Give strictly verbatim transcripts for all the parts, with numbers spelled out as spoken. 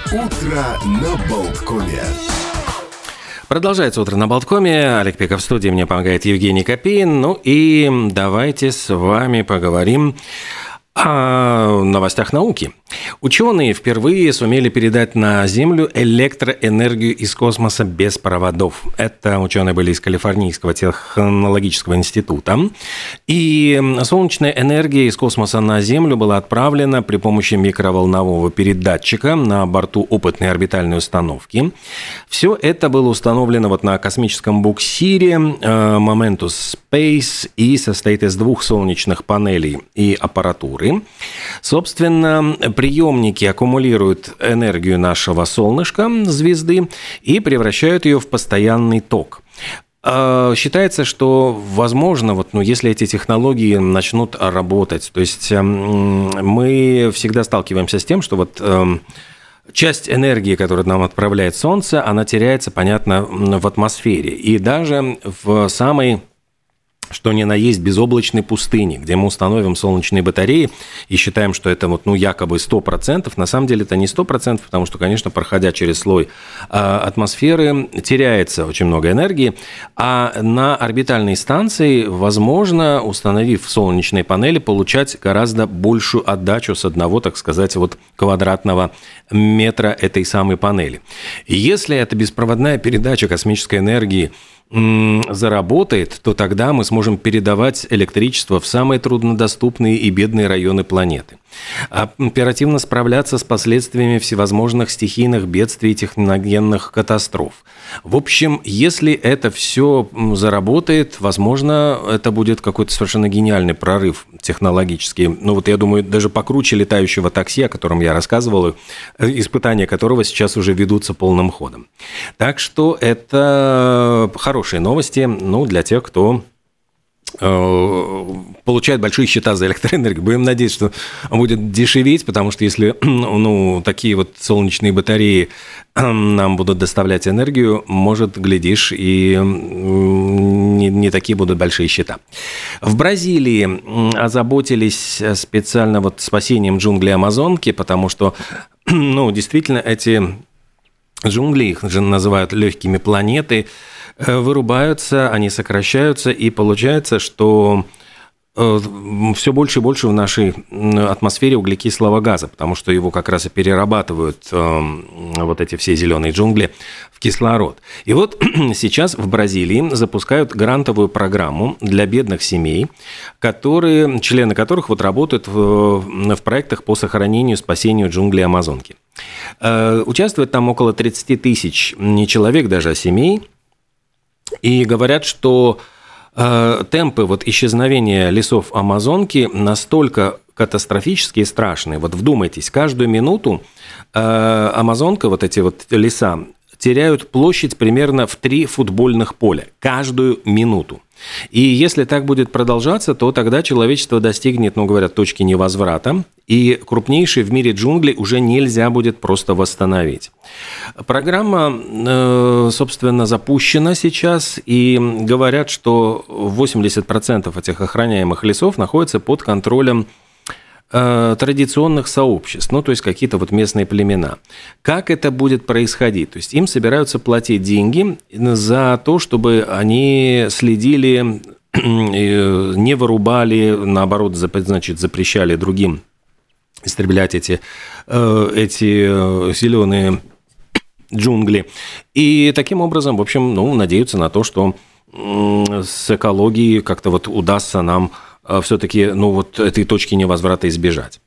Утро на Болткоме. Продолжается «Утро на Болткоме». Олег Пеков в студии, мне помогает Евгений Копейн. Ну и давайте с вами поговорим о новостях науки. Ученые впервые сумели передать на Землю электроэнергию из космоса без проводов. Это ученые были из Калифорнийского технологического института. И солнечная энергия из космоса на Землю была отправлена при помощи микроволнового передатчика на борту опытной орбитальной установки. Все это было установлено вот на космическом буксире Momentus Space и состоит из двух солнечных панелей и аппаратуры. Собственно, приемники аккумулируют энергию нашего солнышка, звезды, и превращают ее в постоянный ток. Считается, что, возможно, вот, ну, если эти технологии начнут работать, то есть мы всегда сталкиваемся с тем, что вот часть энергии, которую нам отправляет Солнце, она теряется, понятно, в атмосфере. И даже в самой, что ни на есть, безоблачной пустыни, где мы установим солнечные батареи и считаем, что это вот, ну, якобы сто процентов, на самом деле это не сто процентов, потому что, конечно, проходя через слой атмосферы, теряется очень много энергии, а на орбитальной станции возможно, установив солнечные панели, получать гораздо большую отдачу с одного, так сказать, вот квадратного метра этой самой панели. Если это беспроводная передача космической энергии заработает, то тогда мы сможем передавать электричество в самые труднодоступные и бедные районы планеты. Оперативно справляться с последствиями всевозможных стихийных бедствий и техногенных катастроф. В общем, если это все заработает, возможно, это будет какой-то совершенно гениальный прорыв технологический. Ну вот я думаю, даже покруче летающего такси, о котором я рассказывал, испытания которого сейчас уже ведутся полным ходом. Так что это хорошие новости, ну, для тех, кто получает большие счета за электроэнергию. Будем надеяться, что будет дешеветь, потому что если, ну, такие вот солнечные батареи нам будут доставлять энергию, может, глядишь, и не, не такие будут большие счета. В Бразилии озаботились специально вот спасением джунглей Амазонки, потому что, ну, действительно, эти джунгли, их же называют легкими планеты, вырубаются, они сокращаются, и получается, что все больше и больше в нашей атмосфере углекислого газа, потому что его как раз и перерабатывают вот эти все зеленые джунгли в кислород. И вот сейчас в Бразилии запускают грантовую программу для бедных семей, которые, члены которых вот работают в, в проектах по сохранению и спасению джунглей Амазонки. Участвует там около тридцать тысяч не человек даже, а семей. И говорят, что э, темпы вот исчезновения лесов Амазонки настолько катастрофические и страшные. Вот вдумайтесь, каждую минуту э, Амазонка, вот эти вот леса, теряют площадь примерно в три футбольных поля. Каждую минуту. И если так будет продолжаться, то тогда человечество достигнет, ну, говорят, точки невозврата, и крупнейшие в мире джунгли уже нельзя будет просто восстановить. Программа, собственно, запущена сейчас, и говорят, что восемьдесят процентов этих охраняемых лесов находятся под контролем традиционных сообществ, ну, то есть какие-то вот местные племена. Как это будет происходить? То есть им собираются платить деньги за то, чтобы они следили, не вырубали, наоборот, значит, запрещали другим истреблять эти, эти зеленые джунгли. И таким образом, в общем, ну, надеются на то, что с экологией как-то вот удастся нам все-таки, ну, вот этой точки невозврата избежать.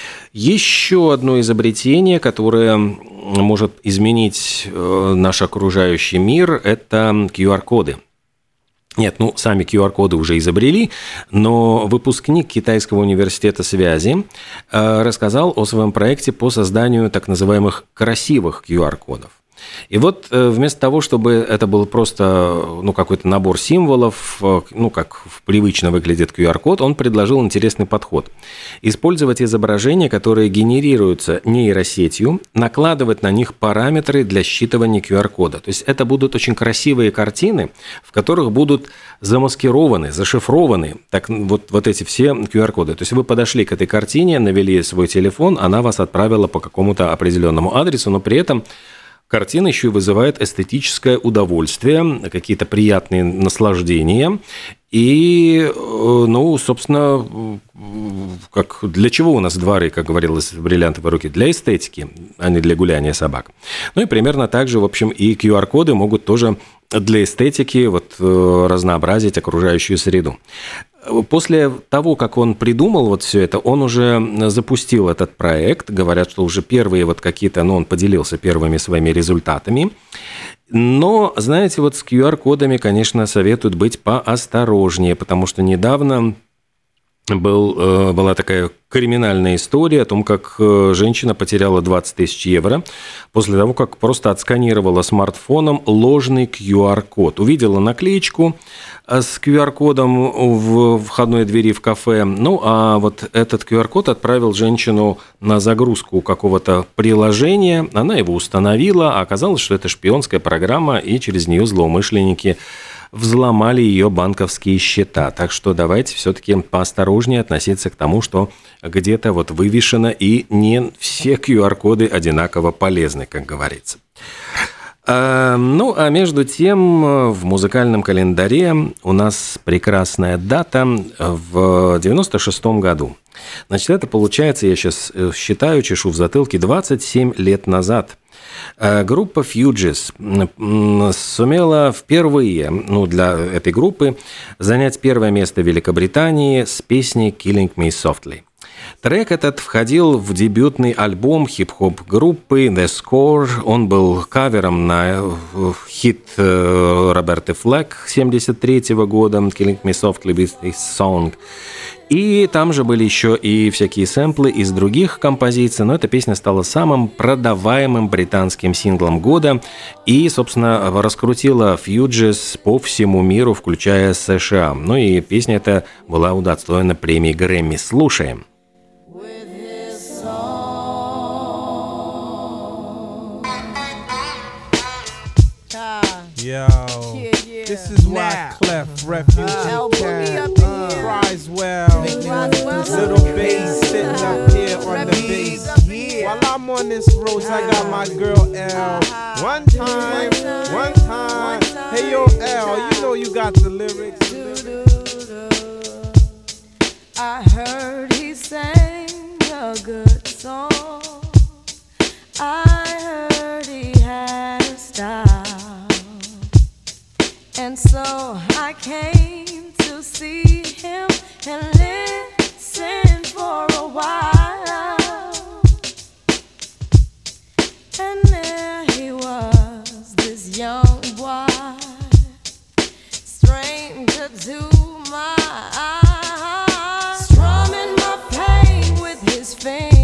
Еще одно изобретение, которое может изменить наш окружающий мир, это ку ар-коды. Нет, ну, сами ку ар-коды уже изобрели, но выпускник Китайского университета связи рассказал о своем проекте по созданию так называемых красивых ку ар-кодов. И вот вместо того, чтобы это был просто ну, какой-то набор символов, ну, как привычно выглядит ку ар-код, он предложил интересный подход. Использовать изображения, которые генерируются нейросетью, накладывать на них параметры для считывания ку ар-кода. То есть это будут очень красивые картины, в которых будут замаскированы, зашифрованы так, вот, вот эти все ку ар-коды. То есть вы подошли к этой картине, навели свой телефон, она вас отправила по какому-то определенному адресу, но при этом картина еще и вызывает эстетическое удовольствие, какие-то приятные наслаждения. И, ну, собственно, как, для чего у нас дворы, как говорилось в «Бриллиантовой руке»? Для эстетики, а не для гуляния собак. Ну и примерно так же, в общем, и ку ар-коды могут тоже для эстетики вот, разнообразить окружающую среду. После того, как он придумал вот все это, он уже запустил этот проект. Говорят, что уже первые вот какие-то, ну, он поделился первыми своими результатами. Но, знаете, вот с ку ар-кодами, конечно, советуют быть поосторожнее, потому что недавно был, была такая криминальная история о том, как женщина потеряла двадцать тысяч евро после того, как просто отсканировала смартфоном ложный ку ар-код. Увидела наклеечку с ку ар-кодом в входной двери в кафе. Ну, а вот этот ку ар-код отправил женщину на загрузку какого-то приложения. Она его установила, а оказалось, что это шпионская программа, и через нее злоумышленники взломали ее банковские счета. Так что давайте все-таки поосторожнее относиться к тому, что где-то вот вывешено, и не все ку ар-коды одинаково полезны, как говорится. Ну, а между тем, в музыкальном календаре у нас прекрасная дата в девяносто шестом году. Значит, это получается, я сейчас считаю, чешу в затылке, двадцать семь лет назад. Группа Fugees сумела впервые, ну, для этой группы занять первое место в Великобритании с песней «Killing Me Softly». Трек этот входил в дебютный альбом хип-хоп группы The Score. Он был кавером на хит Роберты Флэк семьдесят третьего года «Killing Me Softly with This Song». И там же были еще и всякие сэмплы из других композиций, но эта песня стала самым продаваемым британским синглом года и, собственно, раскрутила Fugees по всему миру, включая США. Ну и песня эта была удостоена премии Грэмми. Слушаем. Yo, yeah, yeah. This is why nah. Clef Refugee uh, can uh, cries well. Little bass sitting up here on the bass. Yeah. While I'm on this road, I got my girl L. One time, one time. Hey yo L, you know you got the lyrics. I heard he sang a good song. I heard he had a style. And so I came to see him and listen for a while. And there he was, this young boy, stranger to my eyes, strumming my pain with his fingers.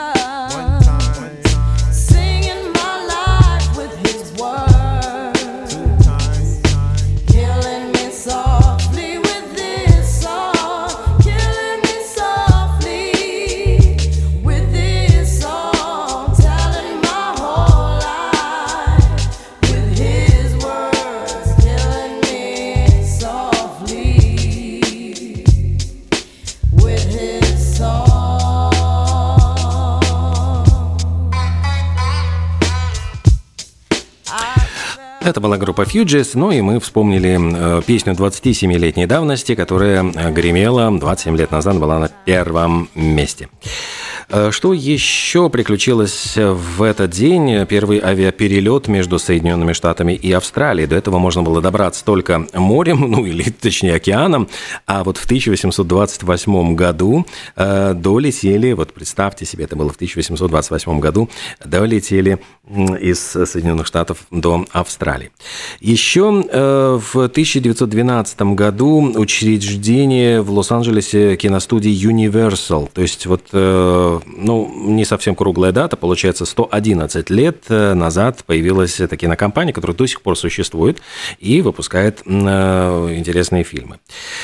Это была группа Fugees, ну и мы вспомнили песню двадцатисемилетней давности, которая гремела двадцать семь лет назад, была на первом месте. Что еще приключилось в этот день? Первый авиаперелет между Соединенными Штатами и Австралией. До этого можно было добраться только морем, ну или точнее океаном. А вот в тысяча восемьсот двадцать восьмом году долетели, вот представьте себе, это было в тысяча восемьсот двадцать восьмом году, долетели из Соединенных Штатов до Австралии. Еще в тысяча девятьсот двенадцатом году учреждение в Лос-Анджелесе киностудии Universal, то есть вот ну, не совсем круглая дата, получается, сто одиннадцать лет назад появилась эта кинокомпания, которая до сих пор существует и выпускает интересные фильмы.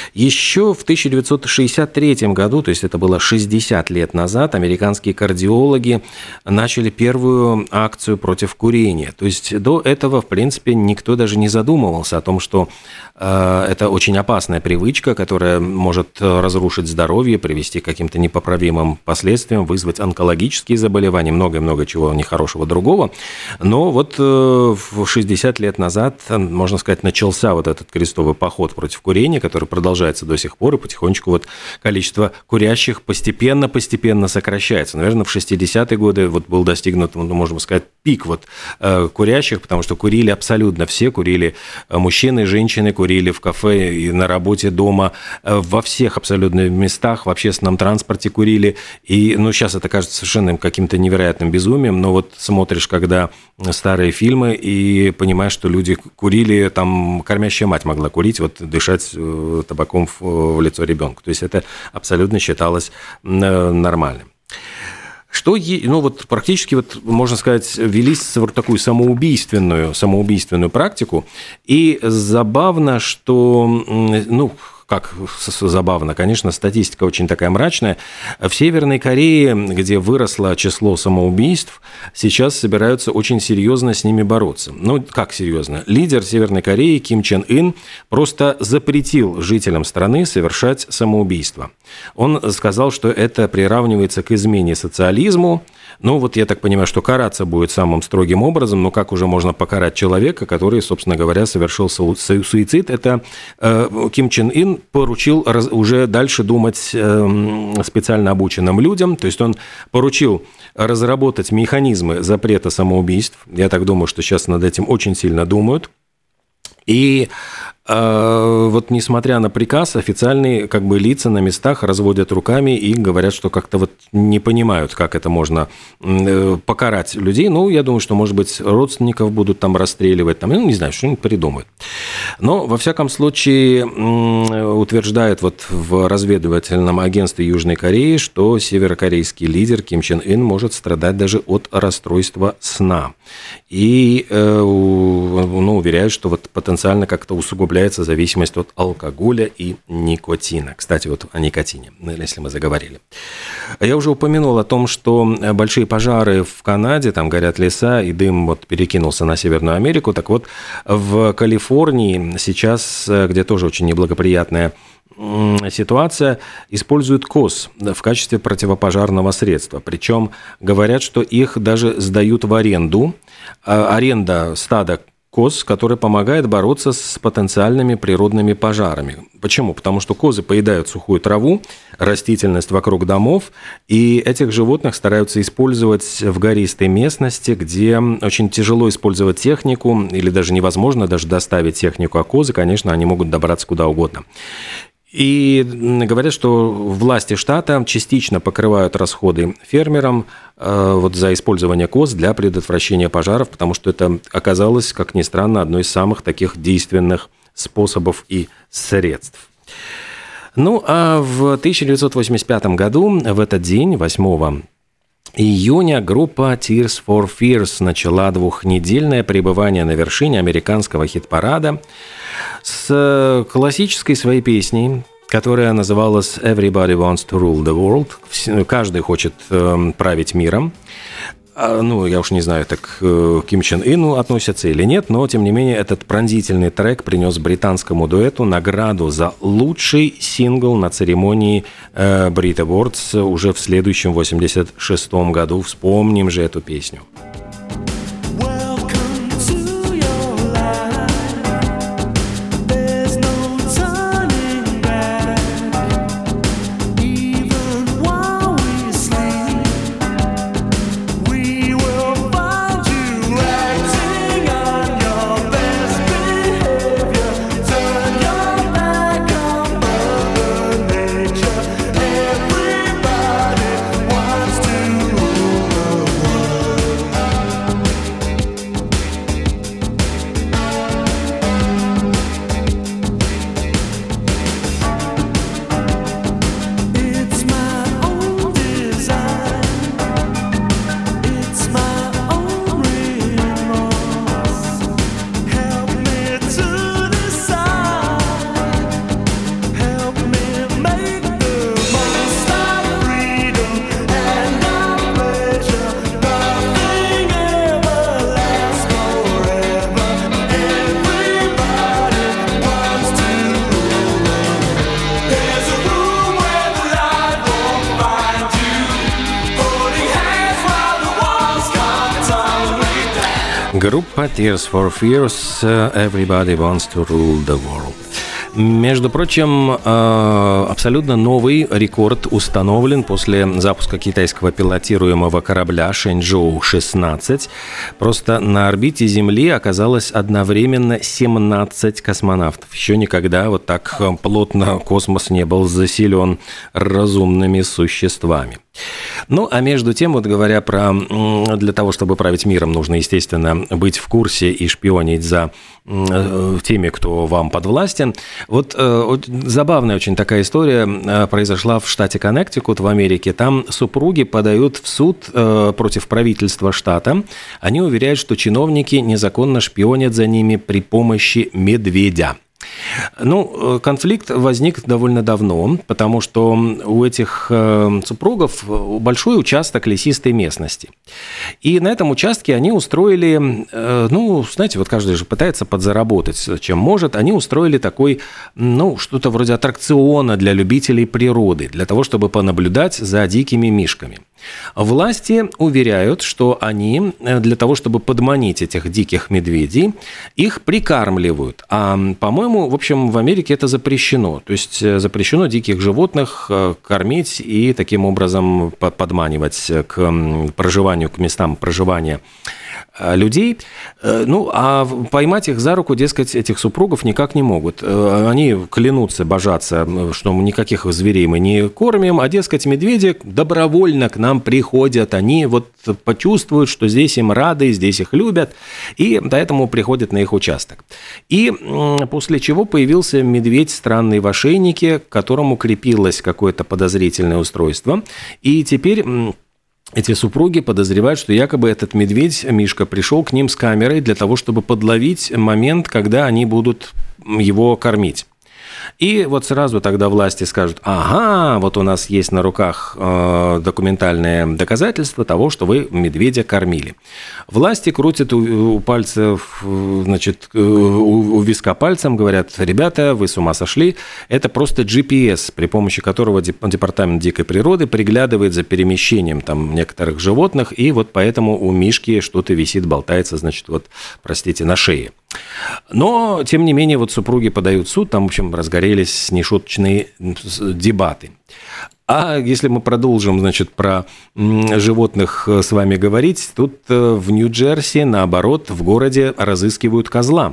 Еще в тысяча девятьсот шестьдесят третьем году, то есть это было шестьдесят лет назад, американские кардиологи начали первую акцию против курения. То есть до этого, в принципе, никто даже не задумывался о том, что э, это очень опасная привычка, которая может разрушить здоровье, привести к каким-то непоправимым последствиям, вызвать онкологические заболевания, много-много чего нехорошего другого. Но вот э, шестьдесят лет назад, можно сказать, начался вот этот крестовый поход против курения, который продолжается до сих пор, и потихонечку вот количество курящих постепенно-постепенно сокращается. Наверное, в шестидесятые годы вот был достигнут, ну, можно сказать, пик вот э, курящих, потому что курили абсолютно все, курили мужчины, женщины, курили в кафе и на работе, дома, э, во всех абсолютно местах, в общественном транспорте курили. И, ну, сейчас это кажется совершенно каким-то невероятным безумием, но вот смотришь, когда старые фильмы, и понимаешь, что люди курили, там, кормящая мать могла курить, вот дышать табаком в, в лицо ребенку. То есть это абсолютно считалось нормальным. Что, ну вот практически, вот, можно сказать, вели вот такую самоубийственную, самоубийственную практику. И забавно, что, ну, как забавно, конечно, статистика очень такая мрачная. В Северной Корее, где выросло число самоубийств, сейчас собираются очень серьезно с ними бороться. Ну, как серьезно? Лидер Северной Кореи Ким Чен Ын просто запретил жителям страны совершать самоубийство. Он сказал, что это приравнивается к измене социализму. Ну, вот я так понимаю, что караться будет самым строгим образом, но как уже можно покарать человека, который, собственно говоря, совершил суицид? Это э, Ким Чен Ын поручил раз, уже дальше думать э, специально обученным людям, то есть он поручил разработать механизмы запрета самоубийств. Я так думаю, что сейчас над этим очень сильно думают. И э, вот несмотря на приказ, официальные как бы лица на местах разводят руками и говорят, что как-то вот не понимают, как это можно э, покарать людей. Ну, я думаю, что, может быть, родственников будут там расстреливать, там, ну, не знаю, что-нибудь придумают. Но, во всяком случае, э, утверждает вот в разведывательном агентстве Южной Кореи, что северокорейский лидер Ким Чен Ын может страдать даже от расстройства сна. И э, ну, уверяют, что вот потенциально как-то усугубляется зависимость от алкоголя и никотина. Кстати, вот о никотине, если мы заговорили. Я уже упомянул о том, что большие пожары в Канаде, там горят леса, и дым вот перекинулся на Северную Америку. Так вот, в Калифорнии сейчас, где тоже очень неблагоприятная ситуация, используют коз в качестве противопожарного средства. Причем говорят, что их даже сдают в аренду. Аренда стада коз, которая помогает бороться с потенциальными природными пожарами. Почему? Потому что козы поедают сухую траву, растительность вокруг домов, и этих животных стараются использовать в гористой местности, где очень тяжело использовать технику, или даже невозможно даже доставить технику, а козы, конечно, они могут добраться куда угодно. И говорят, что власти штата частично покрывают расходы фермерам э, вот за использование коз для предотвращения пожаров, потому что это оказалось, как ни странно, одной из самых таких действенных способов и средств. Ну, а в тысяча девятьсот восемьдесят пятом году, в этот день, восьмого июня, группа Tears for Fears начала двухнедельное пребывание на вершине американского хит-парада с классической своей песней, которая называлась «Everybody wants to rule the world». Каждый хочет э, править миром. Ну, я уж не знаю, так к Ким Чен Ыну относятся или нет, но, тем не менее, этот пронзительный трек принес британскому дуэту награду за лучший сингл на церемонии э, Brit Awards уже в следующем восемьдесят шестом году. Вспомним же эту песню. Группа Tears for Fears, Everybody Wants to Rule the World. Между прочим, абсолютно новый рекорд установлен после запуска китайского пилотируемого корабля Шэньчжоу шестнадцать. Просто на орбите Земли оказалось одновременно семнадцать космонавтов. Еще никогда вот так плотно космос не был заселен разумными существами. Ну, а между тем, вот говоря про... Для того, чтобы править миром, нужно, естественно, быть в курсе и шпионить за теми, кто вам подвластен. Вот э, забавная очень такая история э, произошла в штате Коннектикут в Америке. Там супруги подают в суд э, против правительства штата. Они уверяют, что чиновники незаконно шпионят за ними при помощи медведя. Ну, конфликт возник довольно давно, потому что у этих супругов большой участок лесистой местности. И на этом участке они устроили, ну, знаете, вот каждый же пытается подзаработать, чем может. Они устроили такой, ну, что-то вроде аттракциона для любителей природы, для того, чтобы понаблюдать за дикими мишками. Власти уверяют, что они для того, чтобы подманить этих диких медведей, их прикармливают. А, по-моему, в общем, в Америке это запрещено. То есть запрещено диких животных кормить и таким образом подманивать к проживанию, к местам проживания людей. Ну, а поймать их за руку, дескать, этих супругов никак не могут. Они клянутся, божатся, что никаких зверей мы не кормим, а, дескать, медведи добровольно к нам приходят. Они вот почувствуют, что здесь им рады, здесь их любят, и поэтому приходят на их участок. И после чего появился медведь странный в ошейнике, к которому крепилось какое-то подозрительное устройство. И теперь... Эти супруги подозревают, что якобы этот медведь, Мишка, пришел к ним с камерой для того, чтобы подловить момент, когда они будут его кормить. И вот сразу тогда власти скажут: ага, вот у нас есть на руках э, документальное доказательство того, что вы медведя кормили. Власти крутят у, у пальцев, значит, у, у виска пальцем, говорят: ребята, вы с ума сошли, это просто джи пи эс, при помощи которого Департамент дикой природы приглядывает за перемещением там некоторых животных, и вот поэтому у Мишки что-то висит, болтается, значит, вот, простите, на шее. Но, тем не менее, вот супруги подают в суд, там, в общем, разгорелись нешуточные дебаты. А если мы продолжим, значит, про животных с вами говорить, тут в Нью-Джерси, наоборот, в городе разыскивают козла,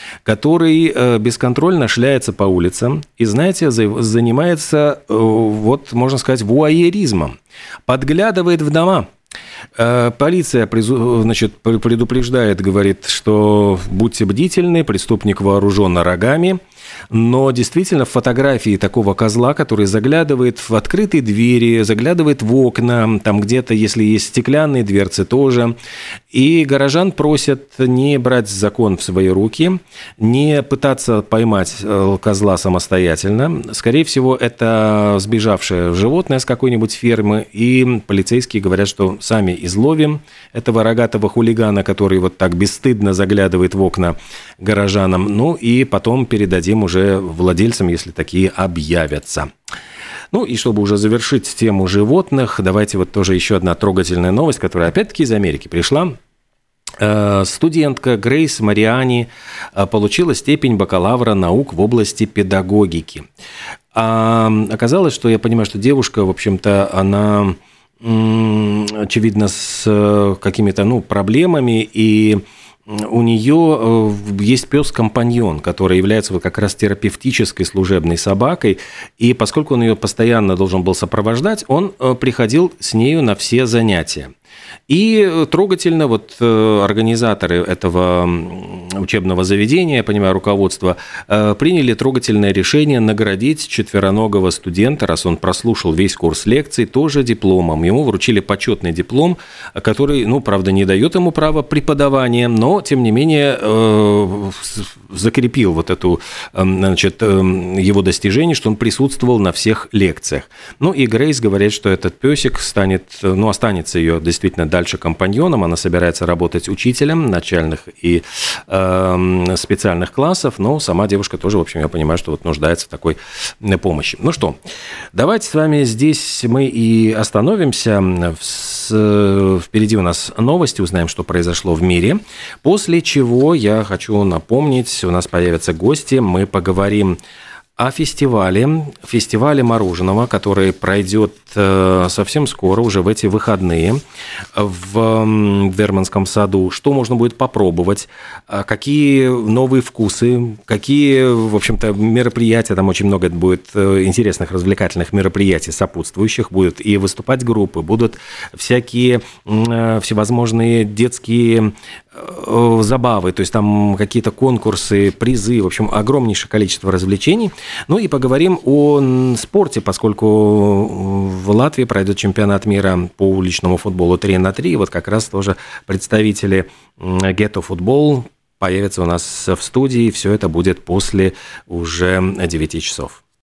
который бесконтрольно шляется по улицам и, знаете, занимается, вот, можно сказать, вуайеризмом, подглядывает в дома. Полиция, значит, предупреждает, говорит, что будьте бдительны, преступник вооружен рогами. Но действительно фотографии такого козла, который заглядывает в открытые двери, заглядывает в окна, там где-то, если есть стеклянные дверцы, тоже. И горожан просят не брать закон в свои руки, не пытаться поймать козла самостоятельно. Скорее всего, это сбежавшее животное с какой-нибудь фермы, и полицейские говорят, что сами изловим этого рогатого хулигана, который вот так бесстыдно заглядывает в окна горожанам, ну и потом передадим уже владельцам, если такие объявятся. Ну и чтобы уже завершить тему животных, давайте вот тоже еще одна трогательная новость, которая опять-таки из Америки пришла. Студентка Грейс Мариани получила степень бакалавра наук в области педагогики. А оказалось, что я понимаю, что девушка, в общем-то, она, очевидно, с какими-то, ну, проблемами, и у нее есть пес-компаньон, который является вот как раз терапевтической служебной собакой, и поскольку он ее постоянно должен был сопровождать, он приходил с нею на все занятия. И трогательно вот организаторы этого учебного заведения, я понимаю, руководство, приняли трогательное решение наградить четвероногого студента, раз он прослушал весь курс лекций, тоже дипломом. Ему вручили почетный диплом, который, ну, правда, не дает ему права преподавания, но, тем не менее, закрепил вот эту, значит, его достижение, что он присутствовал на всех лекциях. Ну, и Грейс говорит, что этот песик станет, ну, останется ее действительно дальше компаньоном, она собирается работать учителем начальных и э, специальных классов, но сама девушка тоже, в общем, я понимаю, что вот нуждается в такой помощи. Ну что, давайте с вами здесь мы и остановимся. Впереди у нас новости, узнаем, что произошло в мире. После чего я хочу напомнить, у нас появятся гости, мы поговорим о фестивале, фестивале мороженого, который пройдет совсем скоро, уже в эти выходные, в Дерманском саду. Что можно будет попробовать, какие новые вкусы, какие, в общем-то, мероприятия, там очень много будет интересных развлекательных мероприятий сопутствующих, будут и выступать группы, будут всякие всевозможные детские забавы, то есть там какие-то конкурсы, призы, в общем, огромнейшее количество развлечений. Ну и поговорим о спорте, поскольку в Латвии пройдет чемпионат мира по уличному футболу три на три. Вот как раз тоже представители Ghetto Football появятся у нас в студии. Все это будет после уже девяти часов.